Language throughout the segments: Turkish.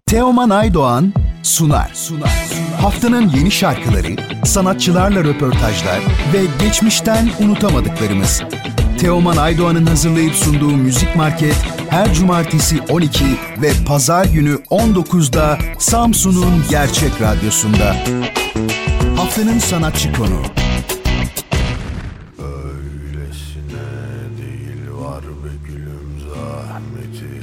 Teoman Aydoğan sunar. Haftanın yeni şarkıları, sanatçılarla röportajlar ve geçmişten unutamadıklarımız. Teoman Aydoğan'ın hazırlayıp sunduğu Müzik Market her cumartesi 12 ve pazar günü 19'da Samsun'un Gerçek Radyosu'nda. Haftanın sanatçı konuğu. Öylesine değil var be gülüm zahmeti,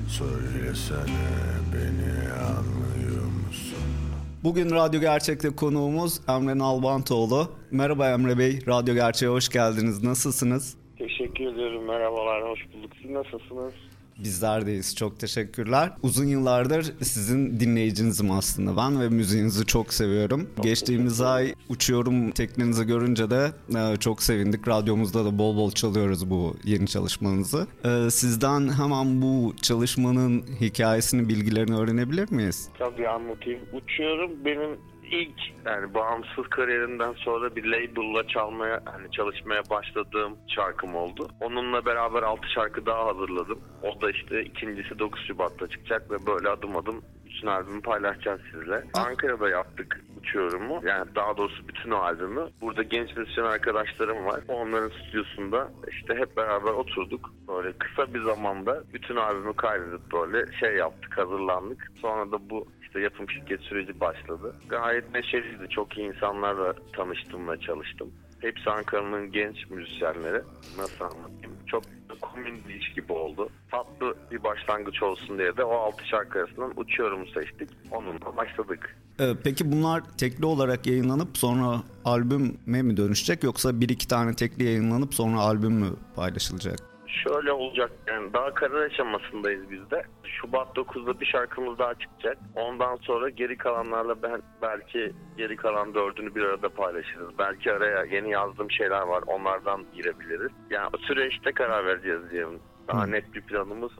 söylesene beni anlıyor musun? Bugün Radyo Gerçek'te konuğumuz Emre Nalbantoğlu. Merhaba Emre Bey, Radyo Gerçek'e hoş geldiniz. Nasılsınız? Teşekkür ediyorum. Merhabalar, hoş bulduk. Siz nasılsınız? Bizler deyiz. Çok teşekkürler. Uzun yıllardır sizin dinleyicinizim aslında ben ve müziğinizi çok seviyorum. Geçtiğimiz ay Uçuyorum teknenizi görünce de çok sevindik. Radyomuzda da bol bol çalıyoruz bu yeni çalışmanızı. Sizden hemen bu çalışmanın hikayesini, bilgilerini öğrenebilir miyiz? Tabii anlatayım. Uçuyorum benim ilk bağımsız kariyerimden sonra bir label'la çalışmaya başladığım şarkım oldu. Onunla beraber 6 şarkı daha hazırladım. O da işte ikincisi 9 Şubat'ta çıkacak ve böyle adım adım bütün albümü paylaşacağız sizle. Ankara'da yaptık Uçuyorum'u. Yani daha doğrusu bütün o albümü. Burada genç müzisyen arkadaşlarım var. Onların stüdyosunda işte hep beraber oturduk. Böyle kısa bir zamanda bütün albümü kaydedip böyle yaptık, hazırlandık. Sonra da bu yapım şirket süreci başladı. Gayet neşeliydi. Çok iyi insanlarla tanıştım ve çalıştım. Hepsi Ankara'nın genç müzisyenleri. Nasıl anlatayım? Çok komün bir iş gibi oldu. Tatlı bir başlangıç olsun diye de o 6 şarkı arasından Uçuyorum'u seçtik. Onunla başladık. Peki bunlar tekli olarak yayınlanıp sonra albüme mi dönüşecek, yoksa 1-2 tane tekli yayınlanıp sonra albüm mü paylaşılacak? Şöyle olacak, yani daha karar aşamasındayız biz de. Şubat 9'da bir şarkımız daha çıkacak. Ondan sonra geri kalanlarla belki geri kalan 4'ünü bir arada paylaşırız. Belki araya yeni yazdığım şeyler var, onlardan girebiliriz. Yani süreçte karar vereceğiz diyelim. Daha net bir planımız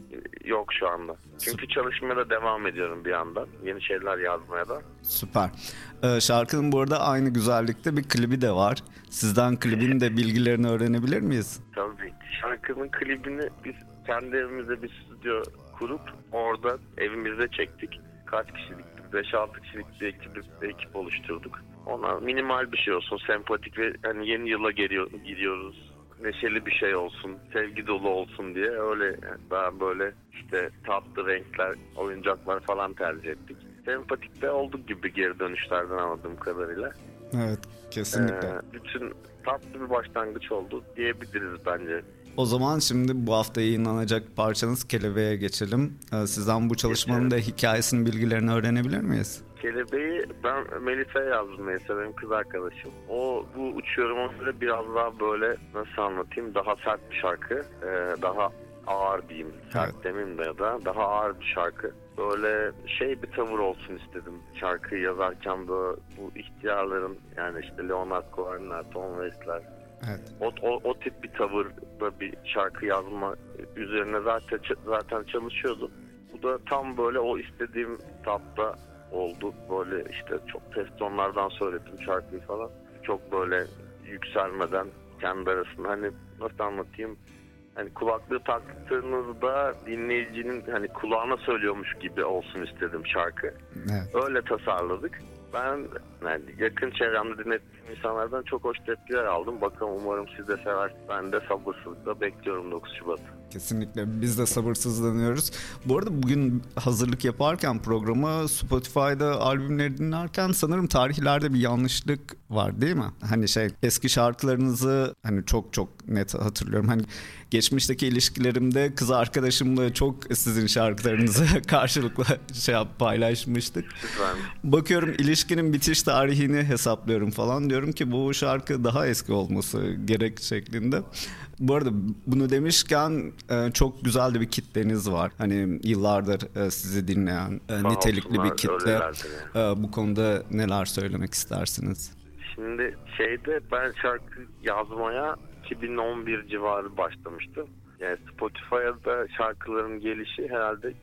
yok şu anda. Çünkü çalışmaya da devam ediyorum bir yandan. Yeni şeyler yazmaya da. Süper. Şarkının bu arada aynı güzellikte bir klibi de var. Sizden klibin de bilgilerini öğrenebilir miyiz? Tabii. Şarkının klibini biz kendi evimizde bir stüdyo kurup orada evimizde çektik. Kaç kişilik? 5-6 kişilik bir ekip oluşturduk. Ona minimal bir şey olsun, sempatik ve yeni yıla gidiyoruz. Neşeli bir şey olsun, sevgi dolu olsun diye öyle daha böyle tatlı renkler, oyuncaklar falan tercih ettik. Sempatik de olduk gibi geri dönüşlerden anladığım kadarıyla. Evet, kesinlikle. Bütün tatlı bir başlangıç oldu diyebiliriz bence. O zaman şimdi bu hafta yayınlanacak parçanız Kelebeğe geçelim. Sizden bu çalışmanın da hikayesinin bilgilerini öğrenebilir miyiz? Kelebeği ben Melisa'ya yazdım, Melisa benim kız arkadaşım. Bu Uçuyorum'a göre biraz daha böyle nasıl anlatayım, daha sert bir şarkı. Daha ağır diyeyim, sert demeyeyim de ya da daha ağır bir şarkı. Böyle bir tavır olsun istedim şarkıyı yazarken de bu ihtiyarların, yani Leonard Cohen'ler, Tom Waits'ler. Evet. O tip bir tavırda bir şarkı yazma üzerine zaten çalışıyordum. Bu da tam böyle o istediğim tatta oldu. Böyle çok test tonlardan söyledim şarkıyı falan. Çok böyle yükselmeden kendi arasında nasıl anlatayım? Kulaklığı taktığınızda dinleyicinin kulağına söylüyormuş gibi olsun istedim şarkı. Evet. Öyle tasarladık. Ben yakın çevremde dinlettiğim insanlardan çok hoş tepkiler aldım. Bakalım, umarım siz de seversiniz. Ben de sabırsızlıkla bekliyorum 9 Şubat'ı. Kesinlikle biz de sabırsızlanıyoruz. Bu arada bugün hazırlık yaparken programa Spotify'da albümleri dinlerken sanırım tarihlerde bir yanlışlık var, değil mi? Eski şarkılarınızı çok çok net hatırlıyorum. Geçmişteki ilişkilerimde kız arkadaşımla çok sizin şarkılarınızı karşılıklı paylaşmıştık. Süper. Bakıyorum ilişkinin bitiş tarihini hesaplıyorum falan, diyorum ki bu şarkı daha eski olması gerek şeklinde. Bu arada bunu demişken çok güzel de bir kitleniz var. Yıllardır sizi dinleyen nitelikli bir kitle. Bu konuda neler söylemek istersiniz? Şimdi ben şarkı yazmaya 2011 civarı başlamıştım. Yani Spotify'a da şarkıların gelişi herhalde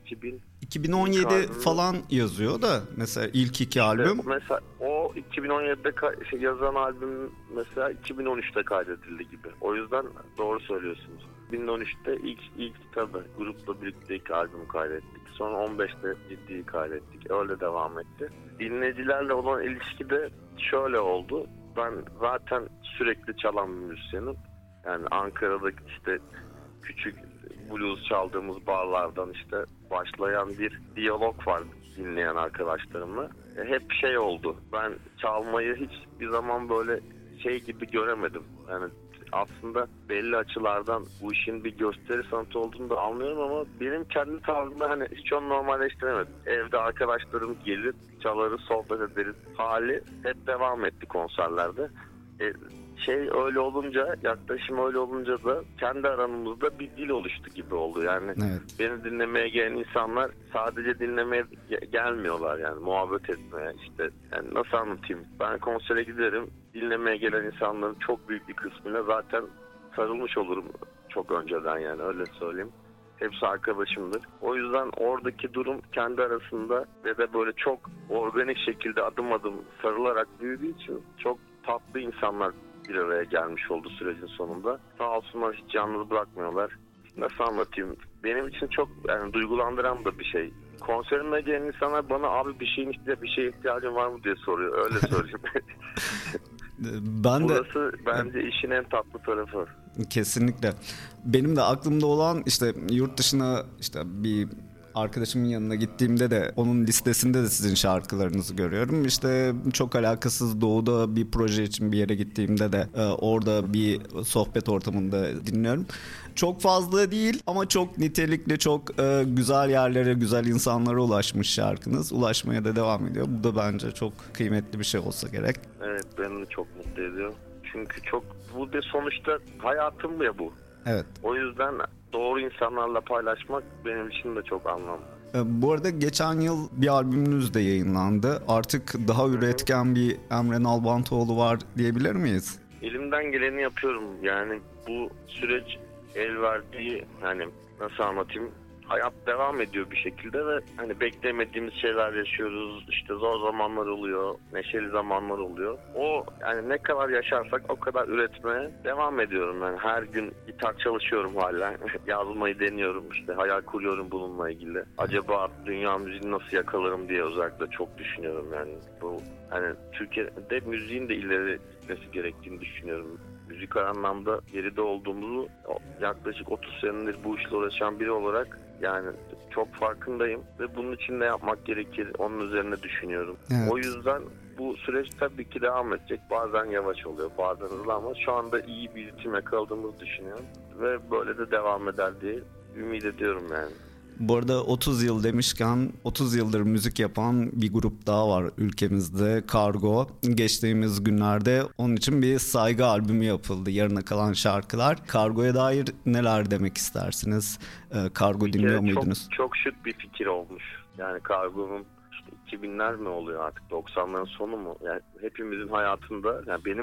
2017 falan yazıyor da mesela ilk iki albüm. Mesela o 2017'de yazan albüm mesela 2013'te kaydedildi gibi. O yüzden doğru söylüyorsunuz. 2013'te ilk tabii grupla birlikte ilk albüm kaydettik. Sonra 15'te ciddi kaydettik. Öyle devam etti. Dinleyicilerle olan ilişki de şöyle oldu. Ben zaten sürekli çalan bir müzisyenim. Yani Ankara'da işte küçük blues çaldığımız barlardan işte başlayan bir diyalog var dinleyen arkadaşlarımla. Hep şey oldu. Ben çalmayı hiçbir zaman böyle şey gibi göremedim. Yani aslında belli açılardan bu işin bir gösteri sanatı olduğunu da anlıyorum ama benim kendi tarzımda hani hiç onu normalleştiremedim. Evde arkadaşlarım gelir, çalarız, sohbet ederiz hali hep devam etti konserlerde. Öyle olunca, yaklaşım öyle olunca da kendi aramızda bir dil oluştu gibi oldu. Yani evet. Beni dinlemeye gelen insanlar sadece dinlemeye gelmiyorlar yani muhabbet etmeye işte. Yani nasıl anlatayım? Ben konsere giderim, dinlemeye gelen insanların çok büyük bir kısmına zaten sarılmış olurum çok önceden yani öyle söyleyeyim. Hepsi arkadaşımdır. O yüzden oradaki durum kendi arasında ve de böyle çok organik şekilde adım adım sarılarak büyüdüğü için çok tatlı insanlar bir araya gelmiş oldu sürecin sonunda. Sağ olsunlar hiç yalnız bırakmıyorlar. Nasıl anlatayım? Benim için çok yani duygulandıran da bir şey. Konserime gelen insanlar bana abi bir şeye ihtiyacın var mı diye soruyor. Öyle söyleyeyim. Burası bence işin en tatlı tarafı. Kesinlikle. Benim de aklımda olan işte yurt dışına işte bir arkadaşımın yanına gittiğimde de onun listesinde de sizin şarkılarınızı görüyorum. İşte çok alakasız doğuda bir proje için bir yere gittiğimde de orada bir sohbet ortamında dinliyorum. Çok fazla değil ama çok nitelikli, çok güzel yerlere, güzel insanlara ulaşmış şarkınız. Ulaşmaya da devam ediyor. Bu da bence çok kıymetli bir şey olsa gerek. Evet, beni de çok mutlu ediyor. Çünkü bu bir sonuçta hayatım ya bu. Evet. O yüzden doğru insanlarla paylaşmak benim için de çok anlamlı. Bu arada geçen yıl bir albümünüz de yayınlandı. Artık daha üretken bir Emre Nalbantoğlu var diyebilir miyiz? Elimden geleni yapıyorum. Yani bu süreç el verdiği hani nasıl anlatayım? Hayat devam ediyor bir şekilde ve hani beklemediğimiz şeyler yaşıyoruz. İşte zor zamanlar oluyor, neşeli zamanlar oluyor. O yani ne kadar yaşarsak o kadar üretmeye devam ediyorum. Yani her gün gitar çalışıyorum hala. Yazmayı deniyorum, işte hayal kuruyorum bununla ilgili. Acaba dünya müziğini nasıl yakalarım diye özellikle çok düşünüyorum yani. Bu hani Türkiye'de müziğin de ileri gitmesi gerektiğini düşünüyorum. Müzikal anlamda geride olduğumuzu yaklaşık 30 senedir bu işle uğraşan biri olarak yani çok farkındayım ve bunun için ne yapmak gerekir onun üzerine düşünüyorum. Evet. O yüzden bu süreç tabii ki devam edecek. Bazen yavaş oluyor, bazen hızlı ama şu anda iyi bir ritim yakaladığımızı düşünüyorum ve böyle de devam eder diye ümit ediyorum yani. Bu arada 30 yıl demişken 30 yıldır müzik yapan bir grup daha var ülkemizde, Kargo. Geçtiğimiz günlerde onun için bir saygı albümü yapıldı, Yarına Kalan Şarkılar. Kargo'ya dair neler demek istersiniz? Kargo dinliyor muydunuz? Çok şık bir fikir olmuş. Yani Kargo'nun işte 2000'ler mi oluyor artık, 90'ların sonu mu? Yani hepimizin hayatında, yani benim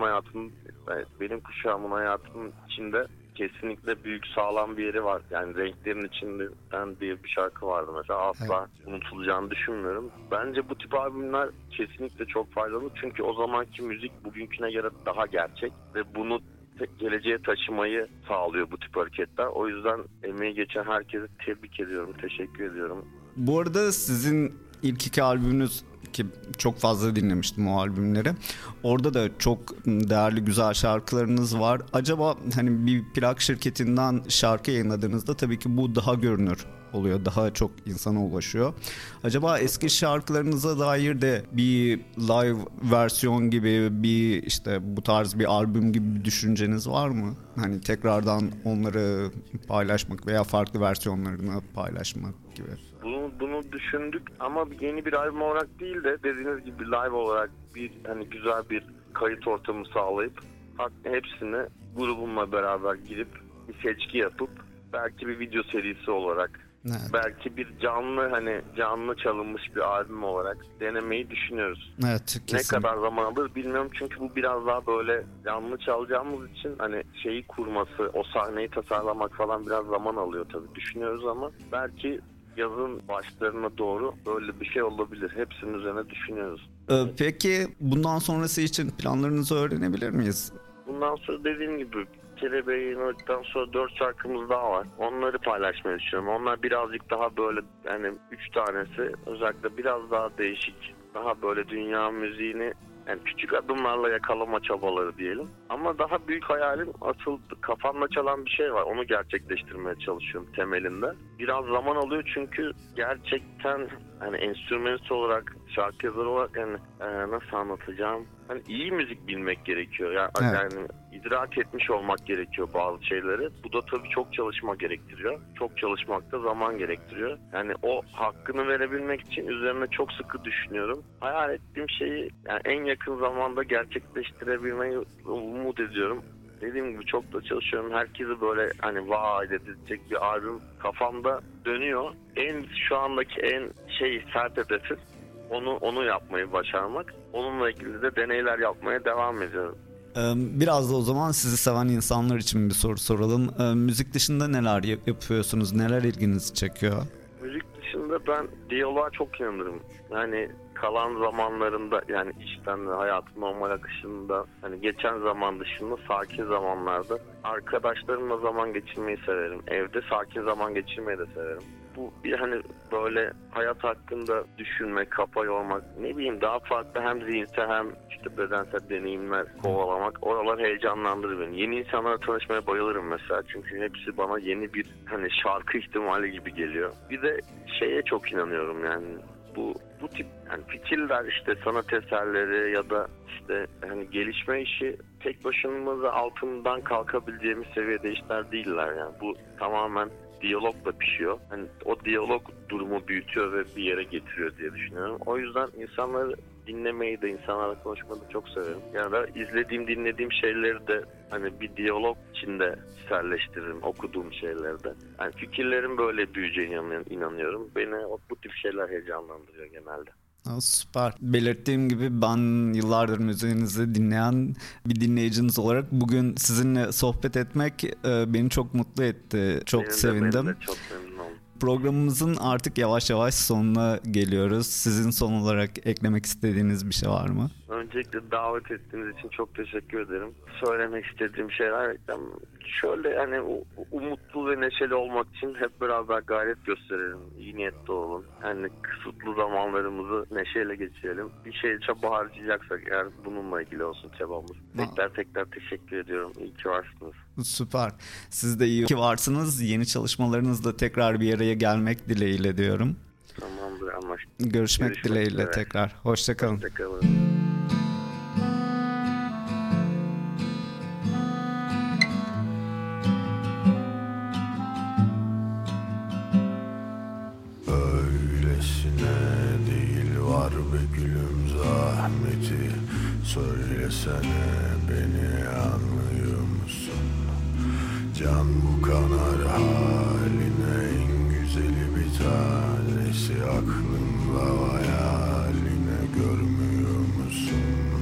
kuşağımın hayatının içinde kesinlikle büyük sağlam bir yeri var. Yani Renklerin İçinden diye bir şarkı vardı mesela. Asla unutulacağını düşünmüyorum. Bence bu tip albümler kesinlikle çok faydalı. Çünkü o zamanki müzik bugünküne göre daha gerçek ve bunu geleceğe taşımayı sağlıyor bu tip hareketler. O yüzden emeği geçen herkese tebrik ediyorum, teşekkür ediyorum. Bu arada sizin ilk iki albümünüz ki çok fazla dinlemiştim o albümleri. Orada da çok değerli güzel şarkılarınız var. Acaba hani bir plak şirketinden şarkı yayınladığınızda tabii ki bu daha görünür oluyor. Daha çok insana ulaşıyor. Acaba eski şarkılarınıza dair de bir live versiyon gibi bir işte bu tarz bir albüm gibi bir düşünceniz var mı? Hani tekrardan onları paylaşmak veya farklı versiyonlarını paylaşmak gibi. Bunu düşündük ama yeni bir albüm olarak değil de dediğiniz gibi live olarak bir hani güzel bir kayıt ortamı sağlayıp hepsini grubumla beraber girip bir seçki yapıp belki bir video serisi olarak evet. Belki bir canlı çalınmış bir albüm olarak denemeyi düşünüyoruz. Evet, kesin. Ne kadar zaman alır bilmiyorum çünkü bu biraz daha böyle canlı çalacağımız için hani şeyi kurması, o sahneyi tasarlamak falan biraz zaman alıyor tabii düşünüyoruz ama belki yazın başlarına doğru böyle bir şey olabilir. Hepsinin üzerine düşünüyoruz. Peki bundan sonrası için planlarınızı öğrenebilir miyiz? Bundan sonra dediğim gibi Kelebeği yayınladıktan sonra 4 şarkımız daha var. Onları paylaşmayı düşünüyorum. Onlar birazcık daha böyle, yani 3 tanesi özellikle biraz daha değişik. Daha böyle dünya müziğini yani küçük adımlarla yakalama çabaları diyelim. Ama daha büyük hayalim, asıl kafamda çalan bir şey var. Onu gerçekleştirmeye çalışıyorum temelinde. Biraz zaman alıyor çünkü gerçekten hani enstrümanist olarak, şarkı yazarı olarak yani nasıl anlatacağım? Hani iyi müzik bilmek gerekiyor. Yani idrak etmiş olmak gerekiyor bazı şeyleri. Bu da tabii çok çalışma gerektiriyor. Çok çalışmak da zaman gerektiriyor. Yani o hakkını verebilmek için üzerine çok sıkı düşünüyorum. Hayal ettiğim şeyi yani en yakın zamanda gerçekleştirebilmeyi umut ediyorum. Dediğim gibi çok da çalışıyorum. Herkesi böyle hani vay dedirtecek bir albüm kafamda dönüyor. Şu andaki en sert hedefim onu yapmayı başarmak. Onunla ilgili de deneyler yapmaya devam ediyorum. Biraz da o zaman sizi seven insanlar için bir soru soralım. Müzik dışında neler yapıyorsunuz? Neler ilginizi çekiyor? Müzik dışında ben diyaloğa çok inanırım. Yani kalan zamanlarında, yani işten ve hayatın normal akışında, hani geçen zaman dışında sakin zamanlarda arkadaşlarımla zaman geçirmeyi severim. Evde sakin zaman geçirmeyi de severim. Bu bir hani böyle hayat hakkında düşünmek, kafa yormak, ne bileyim daha farklı hem zihinsel hem işte bedensel deneyimler kovalamak, oralar heyecanlandırır beni. Yeni insanlarla tanışmaya bayılırım mesela, çünkü hepsi bana yeni bir hani şarkı ihtimali gibi geliyor. Bir de çok inanıyorum yani bu tip yani fikirler, işte sanat eserleri ya da işte hani gelişme işi tek başımıza altından kalkabileceğimiz seviyede işler değiller yani. Bu tamamen diyalogla pişiyor. Hani o diyalog durumu büyütüyor ve bir yere getiriyor diye düşünüyorum. O yüzden insanları dinlemeyi de, insanlarla konuşmayı da çok severim. Yani da dinlediğim şeyleri de hani bir diyalog içinde içselleştiririm, okuduğum şeylerde. Yani fikirlerin böyle büyüyeceğine inanıyorum. Beni bu tip şeyler heyecanlandırıyor genelde. Süper. Belirttiğim gibi ben yıllardır müziğinizi dinleyen bir dinleyiciniz olarak bugün sizinle sohbet etmek beni çok mutlu etti. Çok sevindim. Benim de çok memnun oldum. Programımızın artık yavaş yavaş sonuna geliyoruz. Sizin son olarak eklemek istediğiniz bir şey var mı? Öncelikle davet ettiğiniz için çok teşekkür ederim. Söylemek istediğim şeyler şöyle, hani umutlu ve neşeli olmak için hep beraber gayret gösterelim. İyi niyetli olun. Yani kısıtlı zamanlarımızı neşeyle geçirelim. Bir çaba harcayacaksak eğer bununla ilgili olsun çabamız. Tekrar teşekkür ediyorum. İyi ki varsınız. Süper. Siz de iyi ki varsınız. Yeni çalışmalarınızla tekrar bir araya gelmek dileğiyle diyorum. Tamamdır, anlaştık. Görüşmek dileğiyle üzere. Tekrar. Hoşçakalın. Hoşçakalın. Söylesene beni anlıyor musun? Can bu kanar haline, en güzeli bir tanesi aklımda hayaline, görmüyor musun?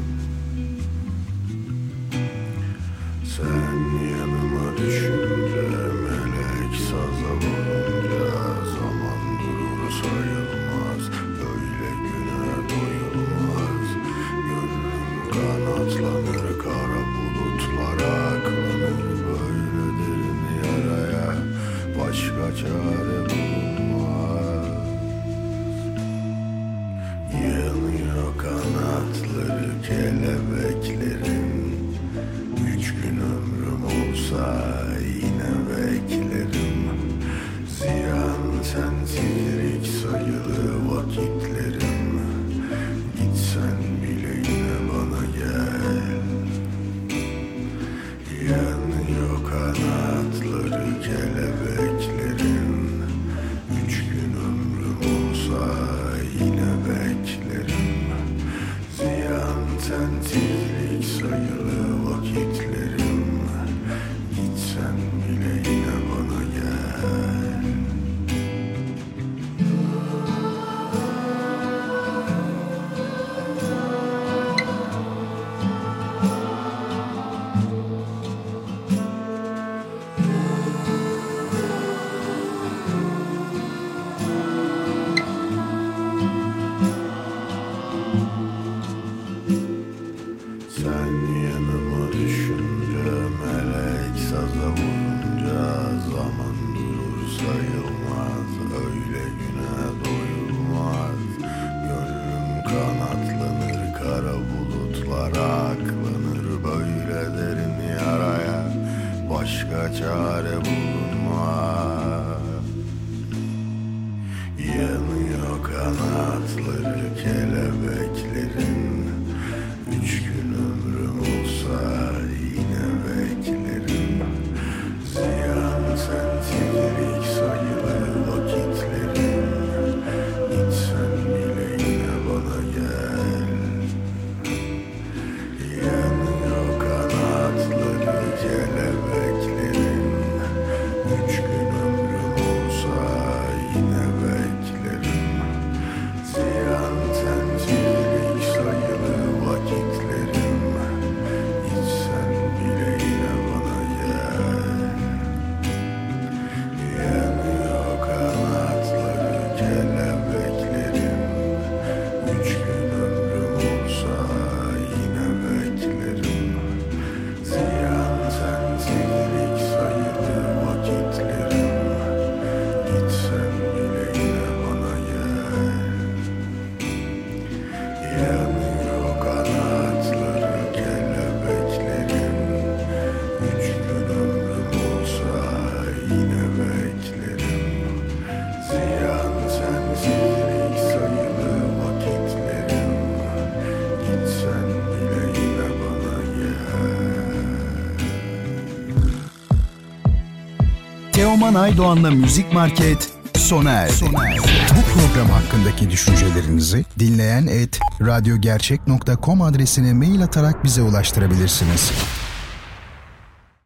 Sen yanıma düşünce, melek saza vurunca, zaman durur sayılmaz, böyle güne doyulmaz. Kanatlanır kara bulutlara, aklanır böyle derin yaraya, başka çare bulunmaz. Yanıyor kanatları kelebeklerin, 3 gün ömrüm olsa yine beklerim. Ziyan sensizlik sayılı vakitlerim, gitsen bile yine bana gel. Yanıyor kanatları kelebeklerin, 3 gün ömrüm olsa yine beklerim. Ziyan sensizlik kanatlanır kara bulutlara, aklanır böyle derin yaraya, başka çare bulunmaz. Yanıyor kanatları kelebeklerin, 3 gün ömrüm olsa yine beklerim. Ziyan sentetik sayılı vakitlerin, gitsen bile yine bana gel. Yanıyor kanatları kelebeklerin, 3 gün ömrüm olsa yine beklerim. Ziyan sentetik sayılı vakitlerim, gitsen bile yine bana gel. Yanıyor kanatları kelebeklerin, 3 gün ömrüm olsa yine beklerim. Ziyan sentetik sayılı vakitlerim, gitsen bile yine bana gel. Yanıyor kanatları kelebeklerin, 3 gün ömrüm olsa yine beklerim. Ziyan sentetik sayılı vakitlerim, gitsen bile yine bana gel. Teoman Aydoğan'la Müzik Market sona erdi. Bu program hakkındaki düşüncelerinizi dinleyen @radyogercek.com adresine mail atarak bize ulaştırabilirsiniz.